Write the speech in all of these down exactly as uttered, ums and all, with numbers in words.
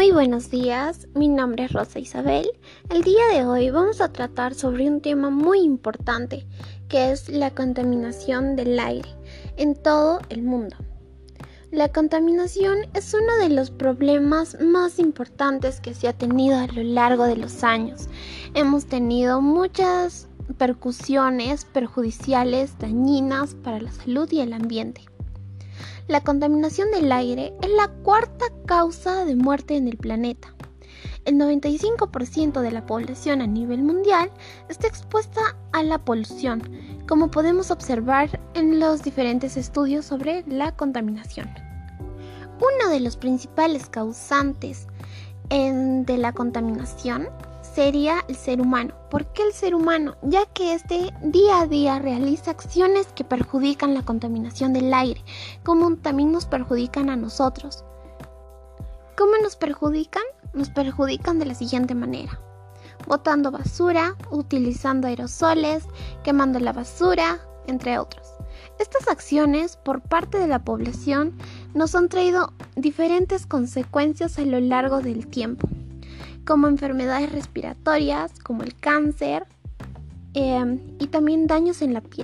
Muy buenos días, mi nombre es Rosa Isabel. El día de hoy vamos a tratar sobre un tema muy importante, que es la contaminación del aire en todo el mundo. La contaminación es uno de los problemas más importantes que se ha tenido a lo largo de los años. Hemos tenido muchas repercusiones perjudiciales, dañinas para la salud y el ambiente. La contaminación del aire es la cuarta causa de muerte en el planeta. El noventa y cinco por ciento de la población a nivel mundial está expuesta a la polución, como podemos observar en los diferentes estudios sobre la contaminación. Uno de los principales causantes en, de la contaminación sería el ser humano. ¿Por qué el ser humano? Ya que este día a día realiza acciones que perjudican la contaminación del aire, como también nos perjudican a nosotros. ¿Cómo nos perjudican? Nos perjudican de la siguiente manera: botando basura, utilizando aerosoles, quemando la basura, entre otros. Estas acciones por parte de la población nos han traído diferentes consecuencias a lo largo del tiempo, como enfermedades respiratorias, como el cáncer eh, y también daños en la piel.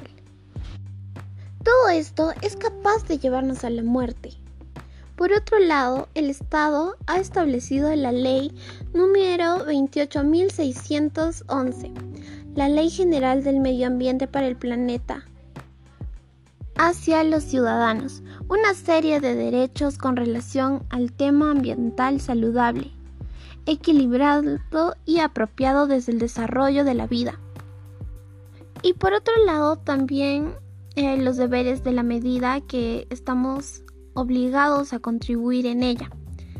Todo esto es capaz de llevarnos a la muerte. Por otro lado, el Estado ha establecido la ley número veintiocho mil seiscientos once, la Ley General del Medio Ambiente para el Planeta, hacia los ciudadanos, una serie de derechos con relación al tema ambiental saludable, equilibrado y apropiado desde el desarrollo de la vida. Y por otro lado también eh, los deberes de la medida que estamos obligados a contribuir en ella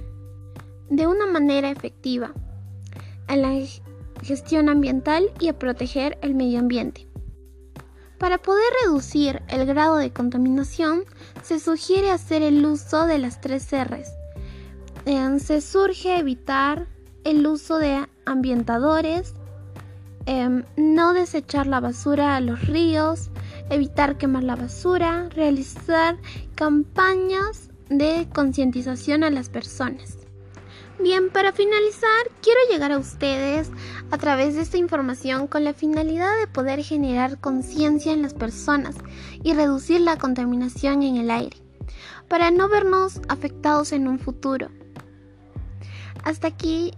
de una manera efectiva a la gestión ambiental y a proteger el medio ambiente. Para poder reducir el grado de contaminación, se sugiere hacer el uso de las tres R's. Eh, se surge evitar el uso de ambientadores, eh, no desechar la basura a los ríos, evitar quemar la basura, realizar campañas de concientización a las personas. Bien, para finalizar, quiero llegar a ustedes a través de esta información con la finalidad de poder generar conciencia en las personas y reducir la contaminación en el aire, para no vernos afectados en un futuro. Hasta aquí,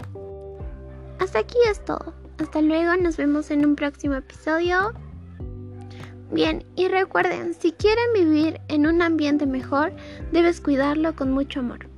hasta aquí es todo. Hasta luego, nos vemos en un próximo episodio. Bien, y recuerden, si quieren vivir en un ambiente mejor, debes cuidarlo con mucho amor.